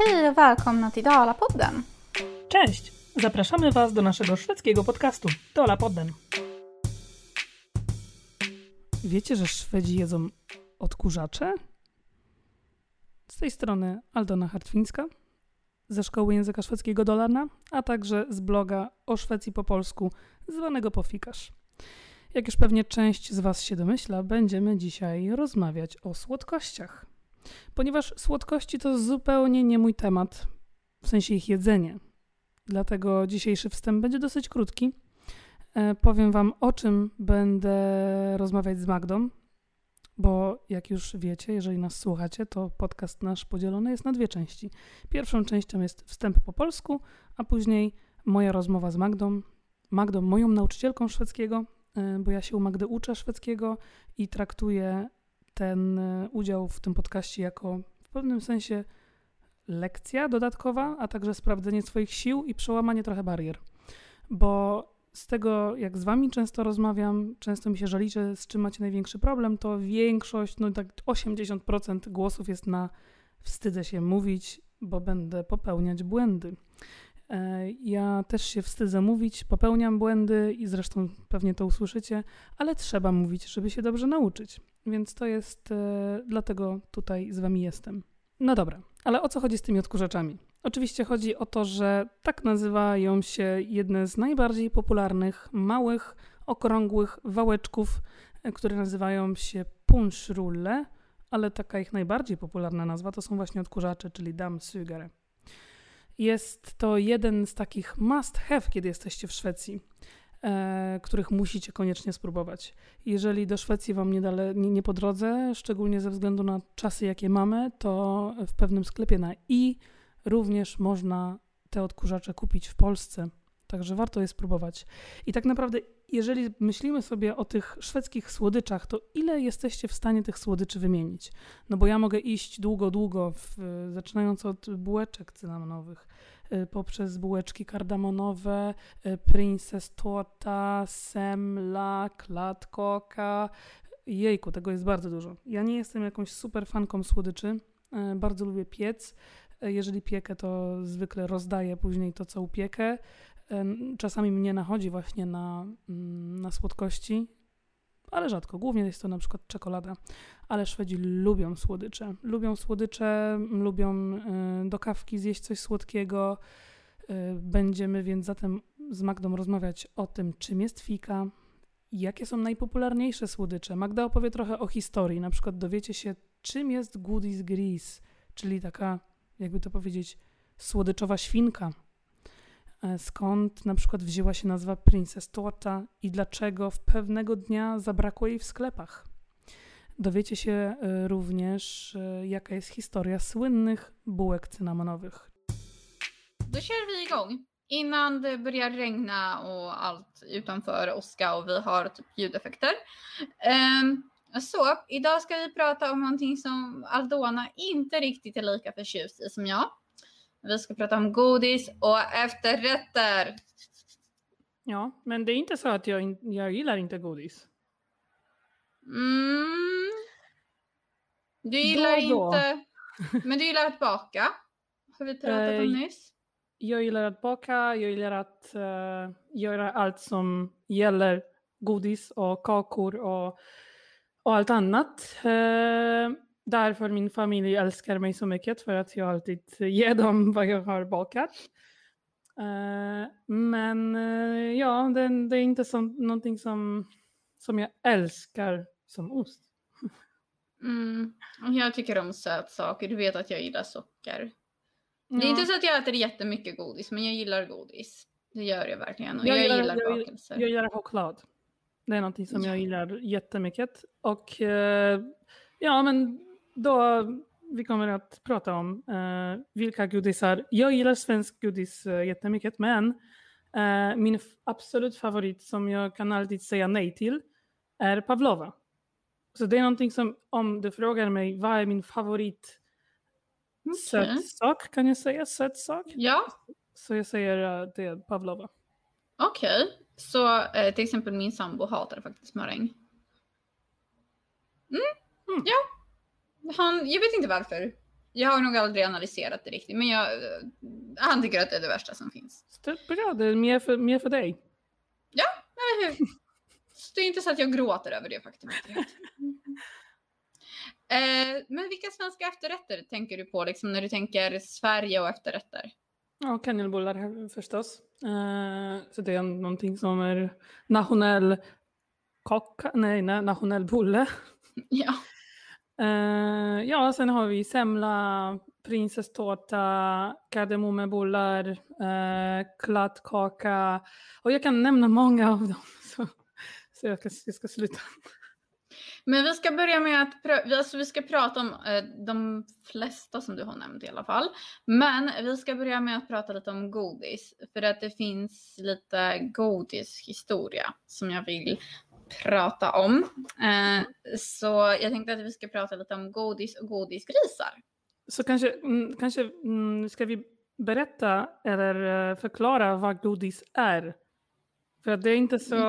Hej och välkomna till Dalapodden. Cześć! Zapraszamy Was do naszego szwedzkiego podcastu Dalapodden. Wiecie, że Szwedzi jedzą odkurzacze? Z tej strony Aldona Hartwińska ze Szkoły Języka Szwedzkiego Dalarna, a także z bloga o Szwecji po polsku zwanego Pofikasz. Jak już pewnie część z Was się domyśla, będziemy dzisiaj rozmawiać o słodkościach. Ponieważ słodkości to zupełnie nie mój temat, w sensie ich jedzenie. Dlatego dzisiejszy wstęp będzie dosyć krótki. Powiem Wam, o czym będę rozmawiać z Magdą, bo jak już wiecie, jeżeli nas słuchacie, to podcast nasz podzielony jest na dwie części. Pierwszą częścią jest wstęp po polsku, a później moja rozmowa z Magdą. Magdą, moją nauczycielką szwedzkiego, bo ja się u Magdy uczę szwedzkiego i traktuję ten udział w tym podcaście jako w pewnym sensie lekcja dodatkowa, a także sprawdzenie swoich sił i przełamanie trochę barier. Bo z tego, jak z Wami często rozmawiam, często mi się żalicie, z czym macie największy problem, to większość, no tak 80% głosów jest na wstydzę się mówić, bo będę popełniać błędy. Ja też się wstydzę mówić, popełniam błędy i zresztą pewnie to usłyszycie, ale trzeba mówić, żeby się dobrze nauczyć. Więc to jest, dlatego tutaj z Wami jestem. No dobra, ale o co chodzi z tymi odkurzaczami? Oczywiście chodzi o to, że tak nazywają się jedne z najbardziej popularnych, małych, okrągłych wałeczków, które nazywają się punschrulle, ale taka ich najbardziej popularna nazwa to są właśnie odkurzacze, czyli dammsugare. Jest to jeden z takich must have, kiedy jesteście w Szwecji, których musicie koniecznie spróbować. Jeżeli do Szwecji Wam nie po drodze, szczególnie ze względu na czasy, jakie mamy, to w pewnym sklepie na również można te odkurzacze kupić w Polsce. Także warto je spróbować. I tak naprawdę, jeżeli myślimy sobie o tych szwedzkich słodyczach, to ile jesteście w stanie tych słodyczy wymienić? No bo ja mogę iść długo, zaczynając od bułeczek cynamonowych, poprzez bułeczki kardamonowe, princess torta, semla, kladdkaka. Jejku, tego jest bardzo dużo. Ja nie jestem jakąś super fanką słodyczy. Bardzo lubię piec. Jeżeli piekę, to zwykle rozdaję później to, co upiekę. Czasami mnie nachodzi właśnie na słodkości, ale rzadko. Głównie jest to na przykład czekolada. Ale Szwedzi lubią słodycze. Lubią do kawki zjeść coś słodkiego. Będziemy więc zatem z Magdą rozmawiać o tym, czym jest fika, jakie są najpopularniejsze słodycze. Magda opowie trochę o historii. Na przykład dowiecie się, czym jest godisgris, czyli taka, jakby to powiedzieć, słodyczowa świnka. Skąd na przykład wzięła się nazwa Princess Torta i dlaczego pewnego dnia zabrakło jej w sklepach. Dowiecie się również, jaka jest historia słynnych bułek cynamonowych. Då kör vi igång. Innan det börjar regna och allt utanför åska och vi har typ ljudeffekter. Så idag ska vi prata om någonting som Aldona inte riktigt är lika förtjust i som jag. Vi ska prata om godis och efterrätter. Ja, men det är inte så att jag gillar inte godis. Du gillar inte... Men du gillar att baka. Har vi pratat om nyss? Jag gillar att baka, jag gillar att göra allt som gäller godis och kakor och allt annat. Därför min familj älskar mig så mycket för att jag alltid ger dem vad jag har bakat. Men ja, det är inte någonting som jag älskar som ost. Jag tycker om sötsaker. Du vet att jag gillar socker. Det är inte så att jag äter jättemycket godis, men jag gillar godis. Det gör jag verkligen. Och jag gillar bakelser. Jag gillar choklad. Det är någonting som jag gillar jättemycket. Och ja, men då vi kommer att prata om vilka godisar. Jag gillar svensk godis jättemycket, men min absolut favorit som jag kan alltid säga nej till är pavlova. Så det är någonting som, om du frågar mig vad är min favorit sötsak, kan jag säga sötsak? Ja. Så jag säger det är pavlova. Okej. Så till exempel min sambo hatar faktiskt meringue. Ja. Jag vet inte varför. Jag har nog aldrig analyserat det riktigt, men han tycker att det är det värsta som finns. Bra, det är mer för dig. Ja, eller hur? Det är inte så att jag gråter över det faktumet. Men vilka svenska efterrätter tänker du på liksom, när du tänker Sverige och efterrätter? Ja, kanelbullar förstås. Så det är någonting som är nationell nationell bulle. Ja. Ja, sen har vi semla, prinsesstårta, kardemommebullar, kladdkaka. Och jag kan nämna många av dem. Så jag ska sluta. Men vi ska börja med att vi ska prata om de flesta som du har nämnt i alla fall. Men vi ska börja med att prata lite om godis. För att det finns lite godishistoria som jag vill prata om. Så jag tänkte att vi ska prata lite om godis och godisgrisar. Så kanske ska vi berätta eller förklara vad godis är. För att det är inte så...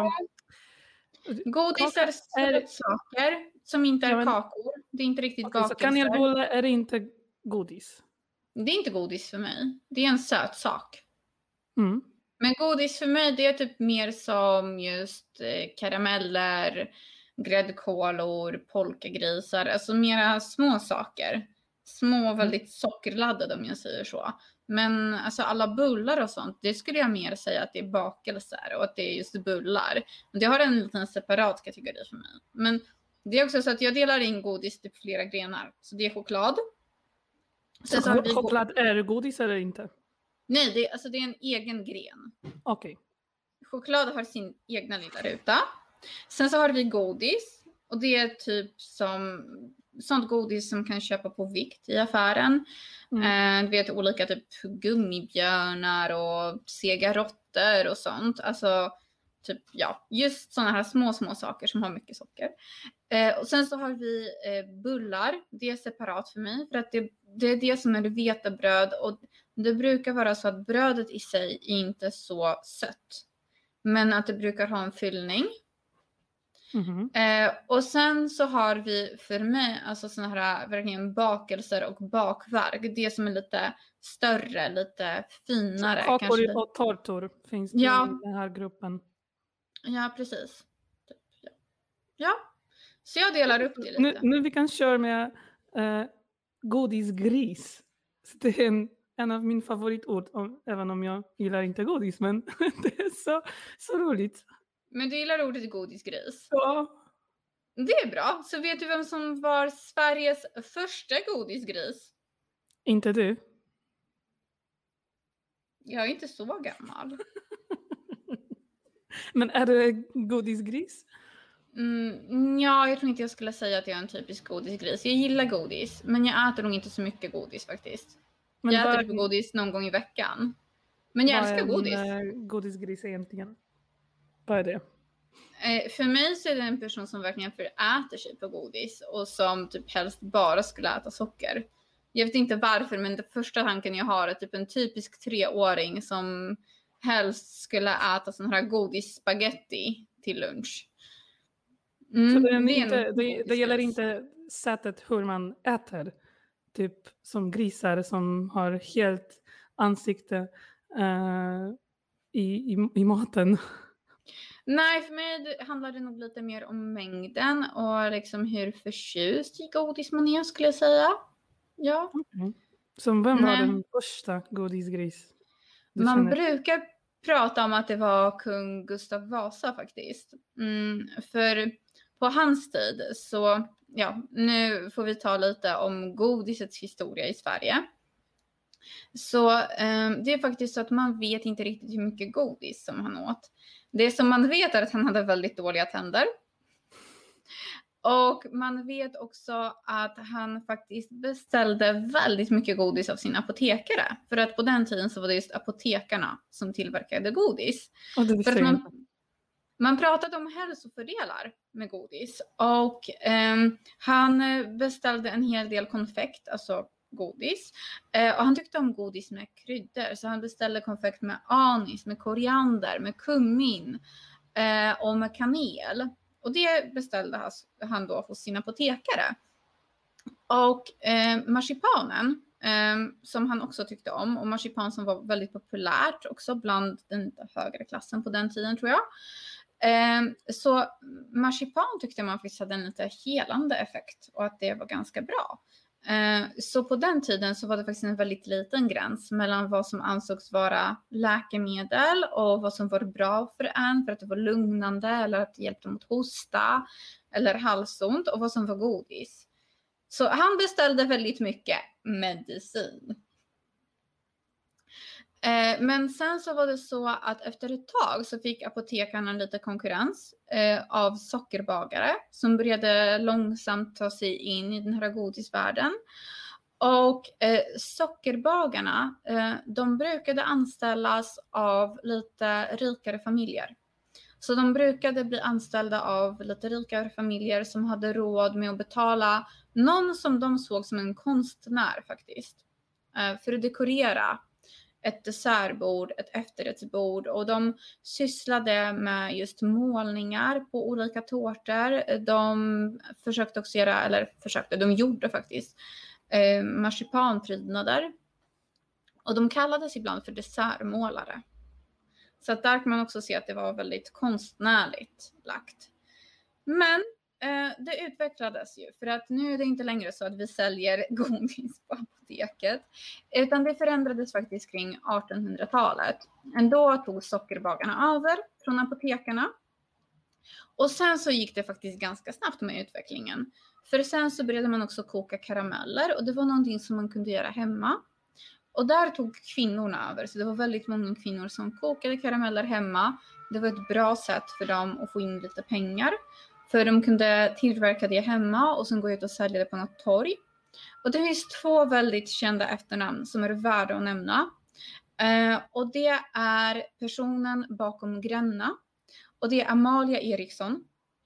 Godis är sötsaker som inte är kakor. Det är inte riktigt bakelser. Så kanelbullar är inte godis? Det är inte godis för mig. Det är en sötsak. Mm. Men godis för mig, det är typ mer som just karameller, gräddkolor, polkagrisar. Alltså mera små saker. Små, väldigt sockerladdade om jag säger så. Men alltså alla bullar och sånt, det skulle jag mer säga att det är bakelser och att det är just bullar. Det har en liten separat kategori för mig. Men det är också så att jag delar in godis i flera grenar. Så det är choklad. Så choklad är godis eller inte? Nej, det är en egen gren. Okej. Choklad har sin egna lilla ruta. Sen så har vi godis. Och det är typ som sånt godis som kan köpa på vikt i affären. Du vet olika typ gummibjörnar och sega råttor och sånt. Alltså typ just såna här små saker som har mycket socker. Och sen så har vi bullar. Det är separat för mig för att det är det som är vetebröd och det brukar vara så att brödet i sig är inte så sött. Men att det brukar ha en fyllning. Och sen så har vi för mig alltså såna här verkligen bakelser och bakverk. Det som är lite större, lite finare. Så kakor och tårtor finns det i den här gruppen. Ja, precis. Ja, så jag delar upp det lite. Nu vi kan köra med godisgris. Det är en av min favoritord, även om jag gillar inte godis, men det är så roligt. Men du gillar ordet godisgris? Ja. Det är bra. Så vet du vem som var Sveriges första godisgris? Inte du? Jag är inte så gammal. Men är det godisgris? Ja, jag tror inte jag skulle säga att jag är en typisk godisgris. Jag gillar godis, men jag äter nog inte så mycket godis faktiskt. Men jag äter typ godis någon gång i veckan. Men jag älskar godis. Vad är godisgris egentligen? Vad är det? För mig så är det en person som verkligen föräter sig på godis och som typ helst bara skulle äta socker. Jag vet inte varför, men det första tanken jag har är typ en typisk 3-åring som helst skulle äta sån här godisspaghetti till lunch. Så det gäller inte sättet hur man äter, typ som grisar som har helt ansikte i maten. Nej, för mig handlar det nog lite mer om mängden och liksom hur förtjust i godis man är, skulle jag säga. Ja. Okay. Så vem var den första godisgris? Man brukar prata om att det var kung Gustav Vasa faktiskt. För på hans tid så, nu får vi ta lite om godisets historia i Sverige. Så det är faktiskt så att man vet inte riktigt hur mycket godis som han åt. Det som man vet är att han hade väldigt dåliga tänder. Och man vet också att han faktiskt beställde väldigt mycket godis av sina apotekare. För att på den tiden så var det just apotekarna som tillverkade godis. För att man pratade om hälsofördelar med godis. Och han beställde en hel del konfekt, alltså godis. Och han tyckte om godis med kryddor. Så han beställde konfekt med anis, med koriander, med kummin och med kanel. Och det beställde han då hos sina apotekare. Och marsipanen som han också tyckte om, och marsipan som var väldigt populärt också bland den lite högre klassen på den tiden tror jag. Så marsipan tyckte man faktiskt hade en lite helande effekt och att det var ganska bra. Så på den tiden så var det faktiskt en väldigt liten gräns mellan vad som ansågs vara läkemedel och vad som var bra för en för att det var lugnande eller att det hjälpte mot hosta eller halsont, och vad som var godis. Så han beställde väldigt mycket medicin. Men sen så var det så att efter ett tag så fick apotekarna lite konkurrens av sockerbagare som började långsamt ta sig in i den här godisvärlden. Och sockerbagarna, de brukade anställas av lite rikare familjer. Så de brukade bli anställda av lite rikare familjer som hade råd med att betala någon som de såg som en konstnär faktiskt. För att dekorera ett dessertbord, ett efterrättsbord, och de sysslade med just målningar på olika tårtor. De försökte också göra, de gjorde faktiskt marsipanprydnader. Och de kallades ibland för dessertmålare. Så att där kan man också se att det var väldigt konstnärligt lagt. Men det utvecklades ju, för att nu är det inte längre så att vi säljer godis på apoteket, utan det förändrades faktiskt kring 1800-talet. Då tog sockerbagarna över från apotekarna. Och sen så gick det faktiskt ganska snabbt med utvecklingen. För sen så började man också koka karameller, och det var någonting som man kunde göra hemma. Och där tog kvinnorna över, så det var väldigt många kvinnor som kokade karameller hemma. Det var ett bra sätt för dem att få in lite pengar. För de kunde tillverka det hemma och sen gå ut och sälja det på något torg. Och det finns 2 väldigt kända efternamn som är värda att nämna. Och det är personen bakom Gränna. Och det är Amalia Eriksson.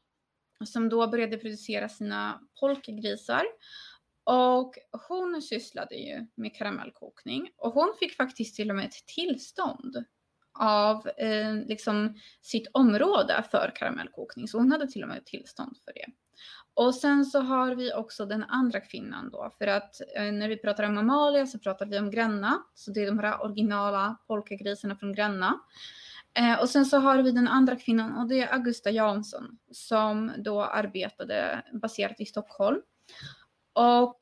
Som då började producera sina polkagrisar. Och hon sysslade ju med karamellkokning. Och hon fick faktiskt till och med ett tillstånd av sitt område för karamellkokning. Så hon hade till och med ett tillstånd för det. Och sen så har vi också den andra kvinnan då. För att när vi pratar om Amalia så pratar vi om Gränna. Så det är de här originala polkagrisarna från Gränna. Och sen så har vi den andra kvinnan, och det är Augusta Jansson. Som då arbetade baserat i Stockholm. Och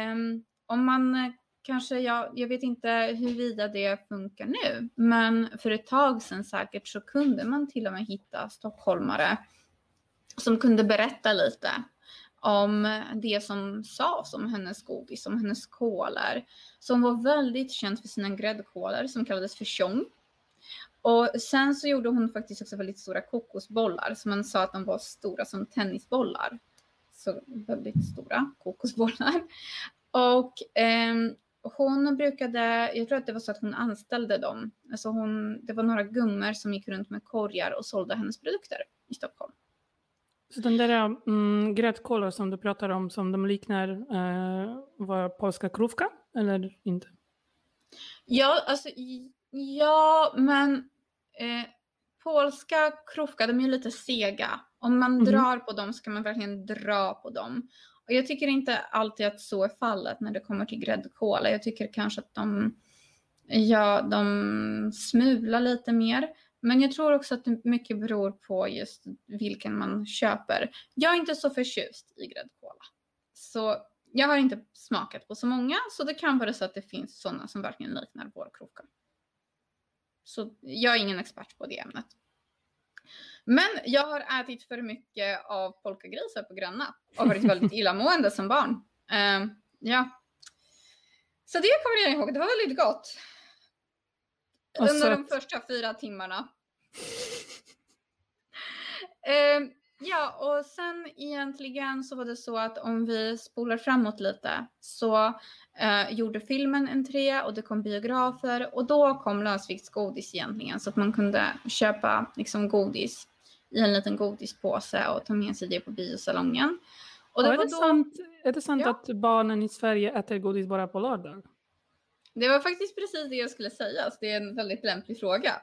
om man kanske, jag vet inte huruvida det funkar nu, men för ett tag sedan säkert så kunde man till och med hitta stockholmare som kunde berätta lite om det som sades om hennes godis, om hennes kolar. Som var väldigt känd för sina gräddkolar som kallades för tjong. Och sen så gjorde hon faktiskt också väldigt stora kokosbollar, som man sa att de var stora som tennisbollar. Så väldigt stora kokosbollar. Och hon brukade, jag tror att det var så att hon anställde dem. Alltså det var några gummor som gick runt med korgar och sålde hennes produkter i Stockholm. Så den där gräddkolar som du pratar om, som de liknar var polska krówka, eller inte? Ja, alltså ja, men polska krówka, de är lite sega. Om man drar på dem så kan man verkligen dra på dem. Och jag tycker inte alltid att så är fallet när det kommer till gräddkola. Jag tycker kanske att de smular lite mer. Men jag tror också att det mycket beror på just vilken man köper. Jag är inte så förtjust i gräddkola. Så jag har inte smakat på så många. Så det kan vara så att det finns sådana som verkligen liknar våra krokar. Så jag är ingen expert på det ämnet. Men jag har ätit för mycket av polkagrisar på Gränna. Och varit väldigt illamående som barn. Ja. Så det kommer jag ihåg. Det var väldigt gott. Under de första 4 timmarna. Ja, och sen egentligen så var det så att om vi spolar framåt lite så gjorde filmen entré och det kom biografer, och då kom lösviktsgodis egentligen, så att man kunde köpa liksom godis i en liten godispåse och ta med sig det på biosalongen. Och det är det sant att barnen i Sverige äter godis bara på lördag? Det var faktiskt precis det jag skulle säga, så det är en väldigt lämplig fråga.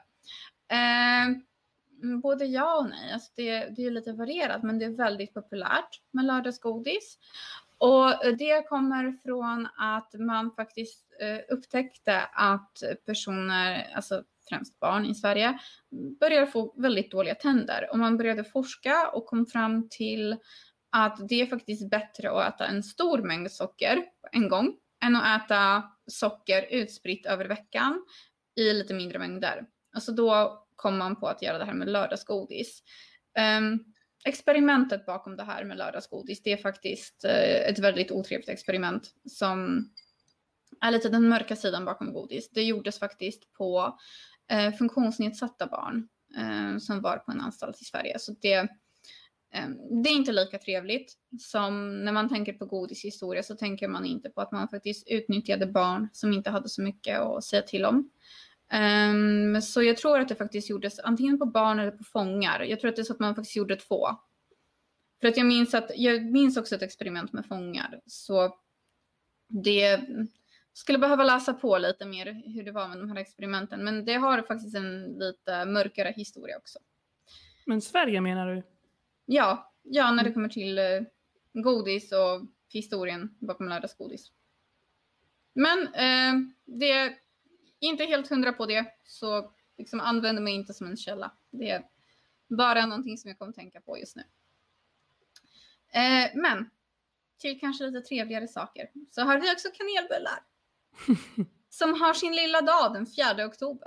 Både ja och nej. Alltså det är lite varierat, men det är väldigt populärt med lördagsgodis. Och det kommer från att man faktiskt upptäckte att personer, alltså främst barn i Sverige, börjar få väldigt dåliga tänder. Och man började forska och kom fram till att det är faktiskt bättre att äta en stor mängd socker på en gång än att äta socker utspritt över veckan i lite mindre mängder. Alltså då kom man på att göra det här med lördagsgodis. Experimentet bakom det här med lördagsgodis, det är faktiskt ett väldigt otrevligt experiment som är lite den mörka sidan bakom godis. Det gjordes faktiskt på funktionsnedsatta barn som var på en anstalt i Sverige. Så det är inte lika trevligt som när man tänker på godishistoria, så tänker man inte på att man faktiskt utnyttjade barn som inte hade så mycket att säga till om. Så jag tror att det faktiskt gjordes antingen på barn eller på fångar. Jag tror att det är så att man faktiskt gjorde 2. För att jag minns också ett experiment med fångar. Så det skulle behöva läsa på lite mer hur det var med de här experimenten. Men det har faktiskt en lite mörkare historia också. Men Sverige menar du? Ja, när det kommer till godis och historien bakom lördagsgodis. Men det är inte helt 100 på det, så liksom använder mig inte som en källa. Det är bara någonting som jag kommer tänka på just nu. Men till kanske lite trevligare saker så har vi också kanelbullar. Som har sin lilla dag den 4 oktober.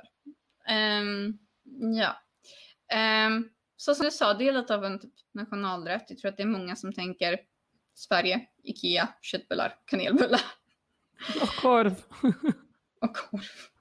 Så som du sa, det är lite av en typ nationalrätt. Jag tror att det är många som tänker Sverige, Ikea, köttbullar, kanelbullar. Och korv. Och korv.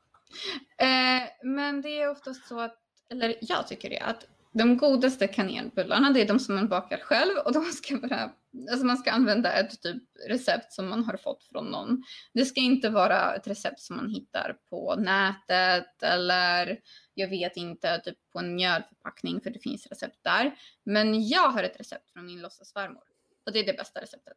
Men det är oftast så att, eller jag tycker det, att de godaste kanelbullarna, det är de som man bakar själv, och man ska använda ett typ recept som man har fått från någon. Det ska inte vara ett recept som man hittar på nätet eller jag vet inte, typ på en mjölförpackning, för det finns recept där. Men jag har ett recept från min låtsasfarmor och det är det bästa receptet.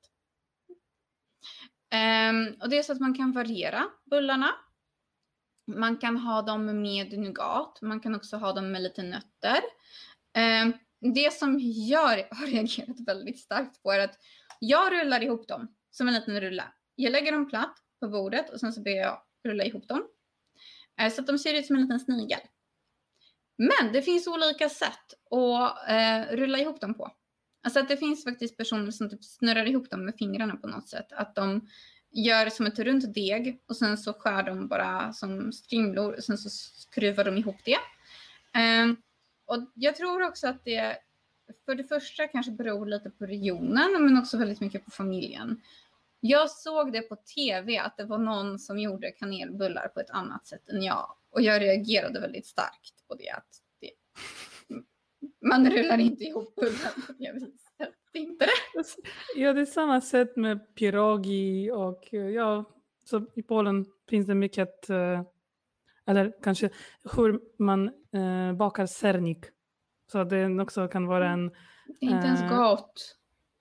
Och det är så att man kan variera bullarna. Man kan ha dem med nougat. Man kan också ha dem med lite nötter. Det som jag har reagerat väldigt starkt på är att jag rullar ihop dem som en liten rulle. Jag lägger dem platt på bordet och sen så börjar jag rulla ihop dem. Så att de ser ut som en liten snigel. Men det finns olika sätt att rulla ihop dem på. Alltså att det finns faktiskt personer som typ snurrar ihop dem med fingrarna på något sätt. Att de gör som ett runt deg och sen så skär de bara som strimlor och sen så skruvar de ihop det. Och jag tror också att det för det första kanske beror lite på regionen, men också väldigt mycket på familjen. Jag såg det på tv att det var någon som gjorde kanelbullar på ett annat sätt än jag. Och jag reagerade väldigt starkt på det. Att man rullar inte ihop bullar på det viset. Det är inte det. Ja, det är samma sätt med pierogi och så i Polen finns det mycket, eller kanske hur man bakar sernik. Så det också kan vara en... Det är inte ens gott.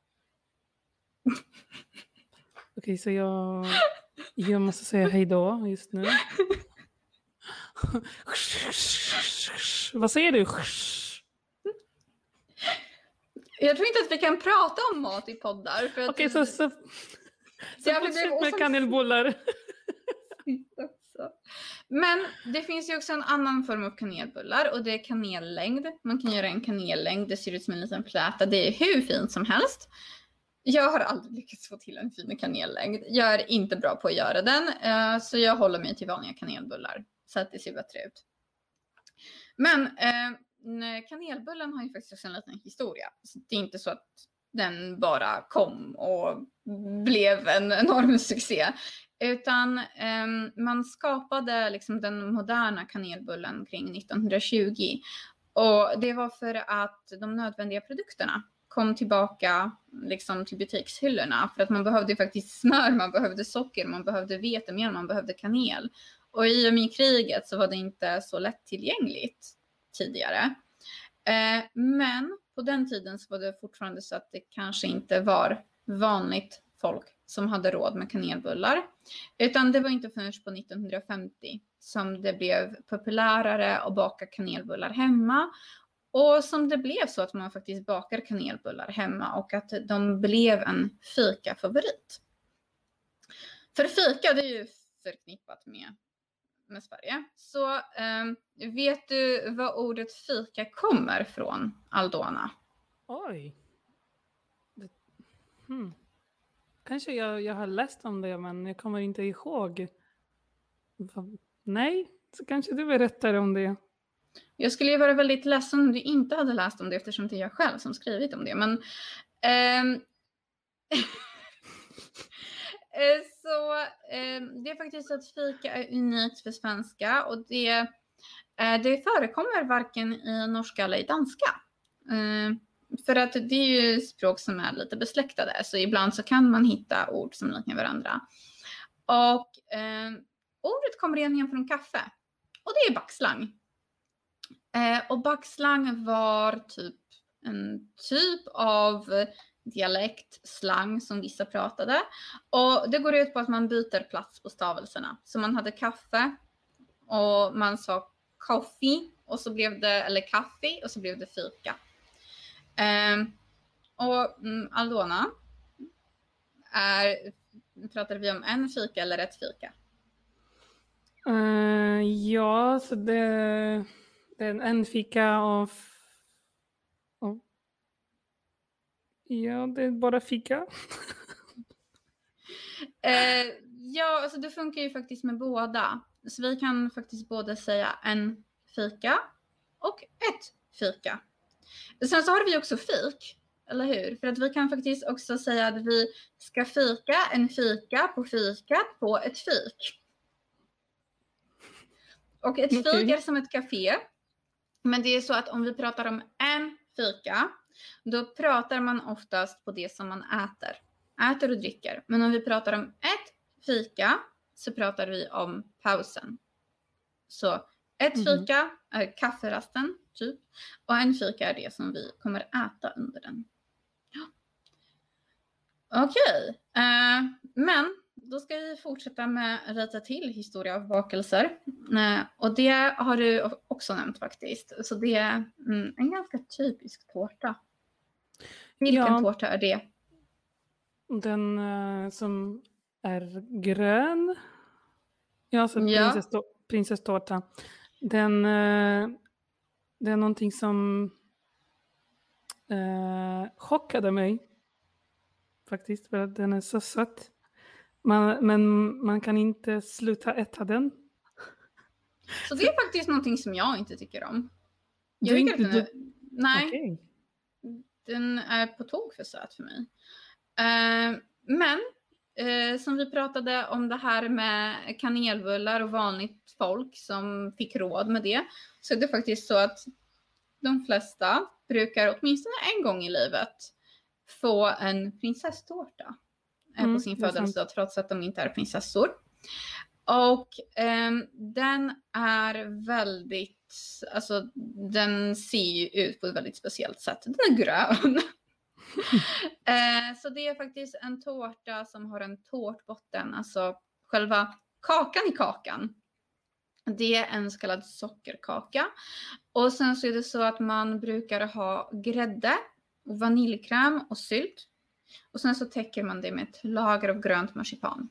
Okej, så jag måste säga hej då just nu. Vad säger du? Jag tror inte att vi kan prata om mat i poddar. Okej, så fortsätt med kanelbullar. Men det finns ju också en annan form av kanelbullar och det är kanellängd. Man kan göra en kanellängd, det ser ut som en liten pläta. Det är hur fint som helst. Jag har aldrig lyckats få till en fin kanellängd. Jag är inte bra på att göra den, så jag håller mig till vanliga kanelbullar så att det ser bättre ut. Men kanelbullen har ju faktiskt också en liten historia. Så det är inte så att den bara kom och blev en enorm succé. Utan man skapade liksom den moderna kanelbullen kring 1920. Och det var för att de nödvändiga produkterna kom tillbaka liksom till butikshyllorna. För att man behövde faktiskt smör, man behövde socker, man behövde vetemjöl, man behövde kanel. Och i och med kriget så var det inte så lättillgängligt tidigare. Men på den tiden så var det fortfarande så att det kanske inte var vanligt folk som hade råd med kanelbullar. Utan det var inte förrän på 1950 som det blev populärare att baka kanelbullar hemma. Och som det blev så att man faktiskt bakar kanelbullar hemma och att de blev en fika-favorit. För fika, det är ju förknippat med Sverige. Så vet du vad ordet fika kommer från, Aldona? Oj. Kanske jag har läst om det, men jag kommer inte ihåg. Nej, så kanske du berättar om det. Jag skulle ju vara väldigt ledsen om du inte hade läst om det, eftersom det är jag själv som skrivit om det. Men det är faktiskt så att fika är unikt för svenska, och det förekommer varken i norska eller i danska. För att det är ju språk som är lite besläktade, så ibland så kan man hitta ord som liknar varandra. Och ordet kommer egentligen från kaffe, och det är backslang. Och backslang var en typ av dialektslang som vissa pratade. Och det går ut på att man byter plats på stavelserna. Så man hade kaffe och man sa coffee, och så blev det, eller kaffe, och så blev det fika. Aldona, pratar vi om en fika eller ett fika? Ja, så det är en fika och ja, det är bara fika. Ja, alltså det funkar ju faktiskt med båda. Så vi kan faktiskt både säga en fika och ett fika. Sen så har vi också fik, eller hur? För att vi kan faktiskt också säga att vi ska fika en fika på fikat på ett fik. Och ett fik är som ett café. Men det är så att om vi pratar om en fika, då pratar man oftast på det som man äter och dricker. Men om vi pratar om ett fika så pratar vi om pausen. Så ett fika är kafferasten typ, och en fika är det som vi kommer äta under den. Ja. Okej, men då ska vi fortsätta med lite till historia av bakelser. Och det har du också nämnt faktiskt. Så det är en ganska typisk tårta. Vilken tårta är det? Den som är grön. Ja, så prinsesstårta. Den det är någonting som chockade mig faktiskt, för att den är så söt. Men man kan inte sluta äta den. Så det är faktiskt någonting som jag inte tycker om. Jag tycker att den är... Nej. Okay. Den är på tok för söt för mig. Men som vi pratade om det här med kanelbullar och vanligt folk som fick råd med det, så är det faktiskt så att de flesta brukar åtminstone en gång i livet få en prinsesstårta på sin födelsedag, trots att de inte är prinsessor. Och den är väldigt, alltså den ser ju ut på ett väldigt speciellt sätt. Den är grön. Så det är faktiskt en tårta som har en tårtbotten, alltså själva kakan i kakan. Det är en så kallad sockerkaka. Och sen så är det så att man brukar ha grädde och vaniljkräm och sylt. Och sen så täcker man det med ett lager av grönt marsipan.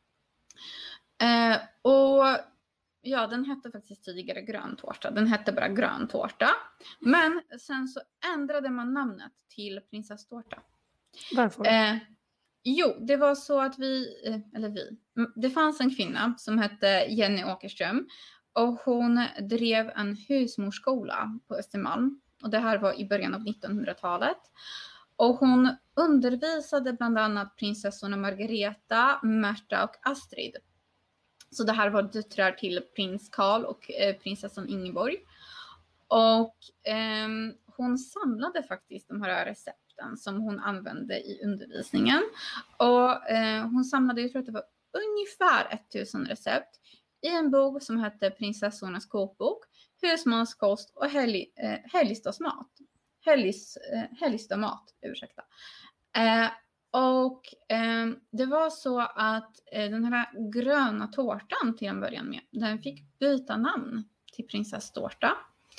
Och ja, den hette faktiskt tidigare gröntårta. Den hette bara gröntårta. Men sen så ändrade man namnet till prinsesstårta. Varför? Jo, det var så att det fanns en kvinna som hette Jenny Åkerström. Och hon drev en husmorskola på Östermalm. Och det här var i början av 1900-talet. Och hon undervisade bland annat prinsessorna Margareta, Märta och Astrid. Så det här var döttrar till prins Karl och prinsessan Ingeborg. Och hon samlade faktiskt de här recepten som hon använde i undervisningen. Och hon samlade, jag tror att det var ungefär 1000 recept i en bok som hette Prinsessornas kokbok, husmanskost och helgstadsmat. Helgstadsmat, ursäkta. Och det var så att den här gröna tårtan till en början med, den fick byta namn till prinsesstårta.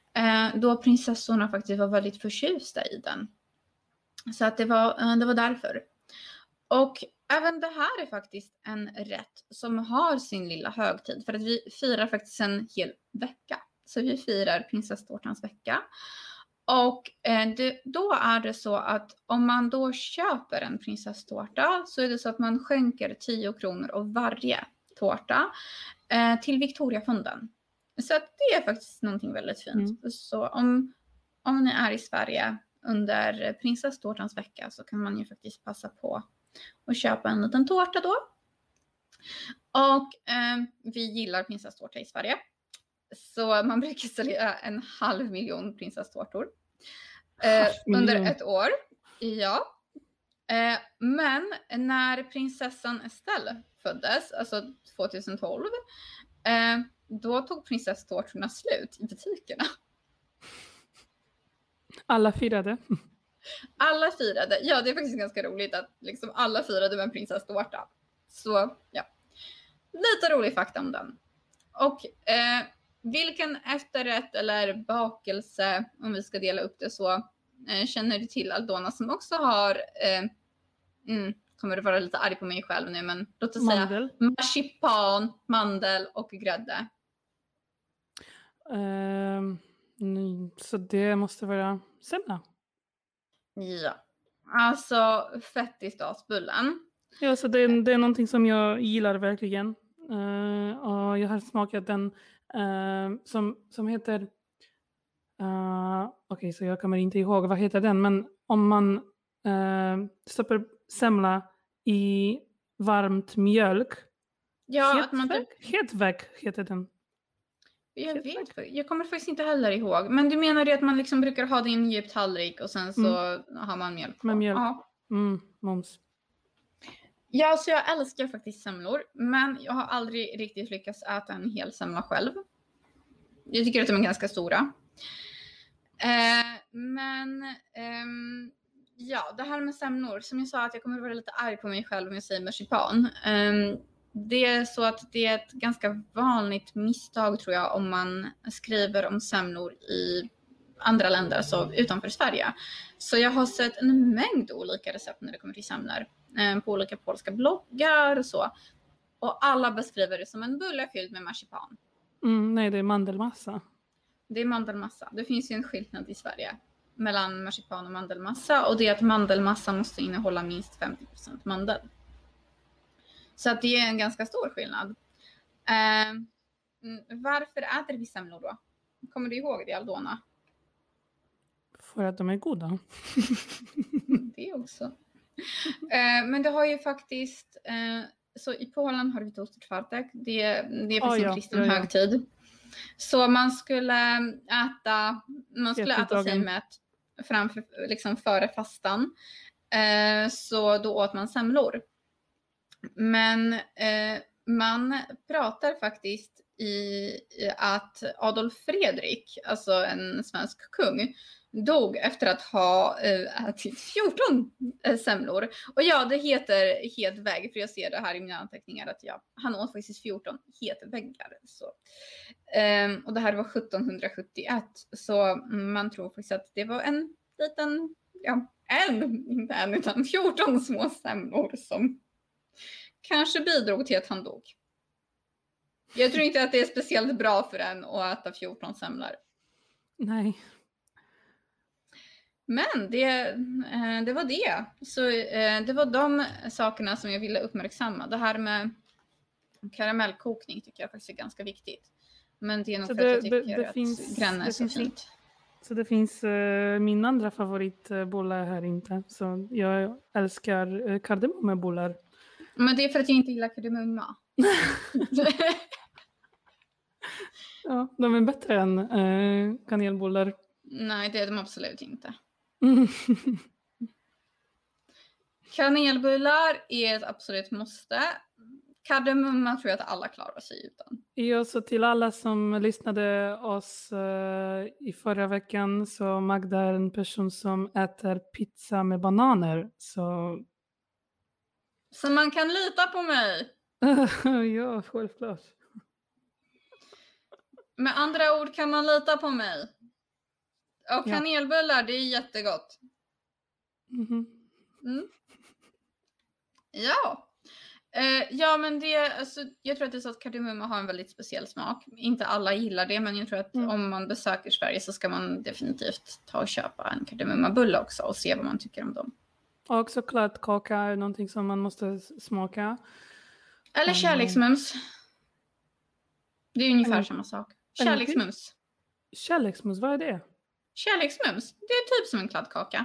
Då prinsessorna faktiskt var väldigt förtjusta i den. Så att det var därför. Och även det här är faktiskt en rätt som har sin lilla högtid. För att vi firar faktiskt en hel vecka. Så vi firar prinsesstårtans vecka. Och då är det så att om man då köper en prinsesstårta så är det så att man skänker 10 kronor av varje tårta till Victoriafonden. Så att det är faktiskt någonting väldigt fint. Så om ni är i Sverige under prinsesstårtans vecka så kan man ju faktiskt passa på att köpa en liten tårta då. Och vi gillar prinsesstårta i Sverige. Så man brukar sälja 500 000 prinsesstårtor under ett år. Ja. Men när prinsessan Estelle föddes, alltså 2012, då tog prinsesstårtorna slut i butikerna. Alla firade. Alla firade. Ja, det är faktiskt ganska roligt att liksom alla firade med en prinsesstårta. Så ja, lite rolig fakta om den. Och vilken efterrätt eller bakelse, om vi ska dela upp det så, känner du till Aldona som också har, kommer du vara lite arg på mig själv nu, men låt oss säga marsipan, mandel och grädde. Så det måste vara semla. Ja, alltså fettisdagsbullen. Ja, så det är någonting som jag gillar verkligen. Och jag har smakat den som heter... Okej, så jag kommer inte ihåg vad heter den. Men om man stoppar semla i varmt mjölk. Ja, Hetväg heter den. Jag kommer faktiskt inte heller ihåg. Men du menar det att man liksom brukar ha det i en djup tallrik och sen så har man mjölk på. Med mjölk. Ja. Mums. Ja, så jag älskar faktiskt semlor. Men jag har aldrig riktigt lyckats äta en hel semla själv. Jag tycker att de är ganska stora. Ja, det här med semlor. Som jag sa att jag kommer vara lite arg på mig själv om jag säger marsipan. Det är så att det är ett ganska vanligt misstag tror jag om man skriver om semlor i andra länder, så utanför Sverige. Så jag har sett en mängd olika recept när det kommer till semlor på olika polska bloggar och så. Och alla beskriver det som en bulle fylld med marsipan. Nej, det är mandelmassa. Det är mandelmassa. Det finns ju en skillnad i Sverige mellan marsipan och mandelmassa. Och det är att mandelmassa måste innehålla minst 50% mandel. Så att det är en ganska stor skillnad. Varför äter vi semlor då? Kommer du ihåg det, Aldona? För att de är goda. Det också. Men det har ju faktiskt... så i Polen har vi toastczwartek. Det är för sin kristen högtid. Så man skulle äta sig mätt liksom före fastan. Så då åt man semlor. Men man pratar faktiskt i att Adolf Fredrik, alltså en svensk kung, dog efter att ha ätit 14 semlor. Och ja, det heter hetvägg, för jag ser det här i mina anteckningar att han åt faktiskt 14 hetväggar. Så. Och det här var 1771, så man tror faktiskt att det var en liten, inte en utan 14 små semlor som kanske bidrog till att han dog. Jag tror inte att det är speciellt bra för en att äta 14 semlor. Nej. Men det var det. Så det var de sakerna som jag ville uppmärksamma. Det här med karamellkokning tycker jag faktiskt är ganska viktigt. Men det är nog för att jag tycker att gränna är så fint. Så det finns min andra favoritbullar här inte. Så jag älskar kardemommebullar. Men det är för att jag inte gillar kardemumma. Ja, de är bättre än kanelbullar. Nej, det är de absolut inte. Kanelbullar är ett absolut måste. Kardemumma tror jag att alla klarar sig utan. Ja, så till alla som lyssnade oss i förra veckan, så Magda är en person som äter pizza med bananer. Så man kan lita på mig. Ja, självklart. Med andra ord kan man lita på mig. Och kanelbullar, det är jättegott. Mhm. Ja. Ja, men jag tror att det är så att kardemumma har en väldigt speciell smak. Inte alla gillar det, men jag tror att om man besöker Sverige så ska man definitivt ta och köpa en kardemummabulle också och se vad man tycker om dem. Och såklart kaka är någonting som man måste smaka. Eller kärleksmums. Det är ungefär samma sak. Kärleksmums. Kärleksmus, vad är det? Kärleksmums, det är typ som en kladdkaka.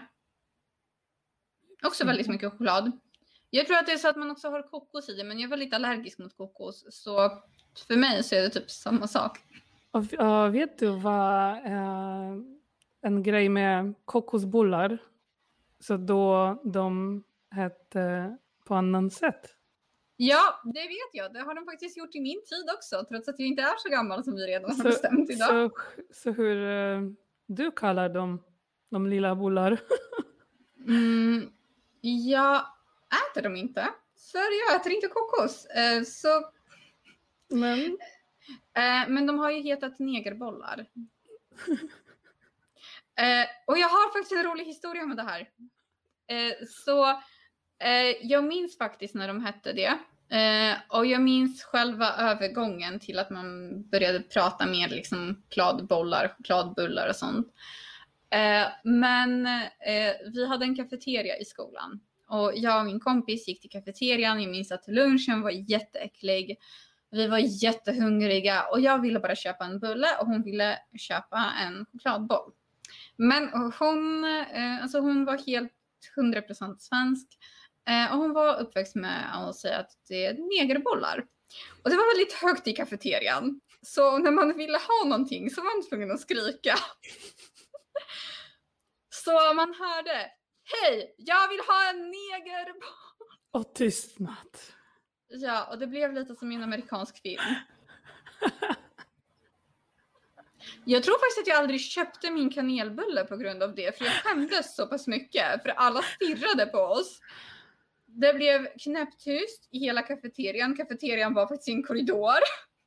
Också väldigt mycket choklad. Jag tror att det är så att man också har kokos i det, men jag är väldigt allergisk mot kokos. Så för mig så är det typ samma sak. Och vet du vad en grej med kokosbullar? Så då de hette på annan sätt. Ja, det vet jag. Det har de faktiskt gjort i min tid också, trots att jag inte är så gammal som vi redan har bestämt idag. Så hur du kallar dem, de lilla bullar? Jag äter dem inte. Så jag äter inte kokos. Men de har ju hetat negerbollar. Och jag har faktiskt en rolig historia med det här. Jag minns faktiskt när de hette det. Och jag minns själva övergången till att man började prata mer liksom chokladbullar och sånt. Men vi hade en kafeteria i skolan. Och jag och min kompis gick till kafeterian. Jag minns att lunchen var jätteäcklig. Vi var jättehungriga. Och jag ville bara köpa en bulle. Och hon ville köpa en chokladboll. Men hon var helt 100% svensk. Och hon var uppväxt med att säga att det är negerbollar. Och det var väldigt högt i kafeterian. Så när man ville ha någonting så var man tvungen att skrika. Så man hörde: hej, jag vill ha en negerboll. Och tystnad. Ja, och det blev lite som en amerikansk film. Jag tror faktiskt att jag aldrig köpte min kanelbulle på grund av det. För jag skämdes så pass mycket. För alla stirrade på oss. Det blev knäpptyst i hela kafeterian. Kafeterian var faktiskt i en korridor.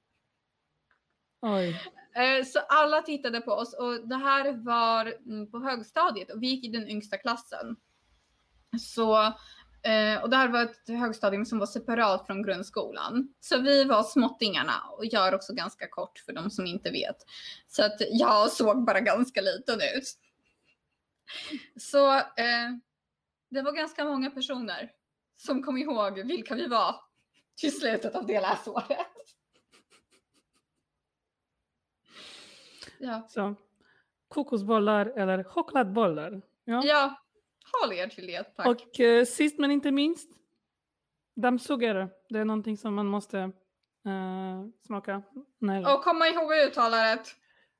Oj. Så alla tittade på oss. Och det här var på högstadiet. Och vi gick i den yngsta klassen. Och det här var ett högstadium som var separat från grundskolan. Så vi var småttingarna. Och jag är också ganska kort för de som inte vet. Så att jag såg bara ganska liten ut. Så det var ganska många personer som kom ihåg vilka vi var till slutet av det läsåret. Ja. Så kokosbollar eller chokladbollar. Ja, håll er till det, tack. Och sist men inte minst, dammsugare. Det är någonting som man måste smaka. Nej. Och komma ihåg uttalandet.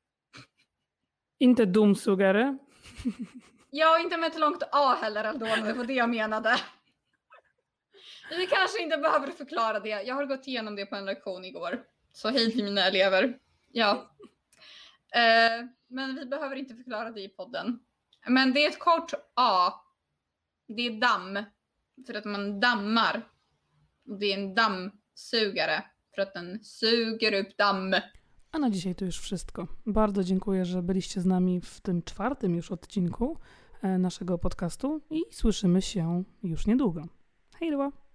Inte domsugare. Ja, inte med ett långt A heller, Aldona. Det var det jag menade. Vi kanske inte behöver förklara det. Jag har gått igenom det på en lektion igår. Så hej till mina elever. Ja. Men vi behöver inte förklara det i podden. Men det är ett kort A. Det är damm. För att man dammar. Och det är en dammsugare. För att den suger upp damm. A na dzisiaj to już wszystko. Bardzo dziękuję, że byliście z nami w tym 4. już odcinku naszego podcastu i słyszymy się już niedługo. Hej, Ryła!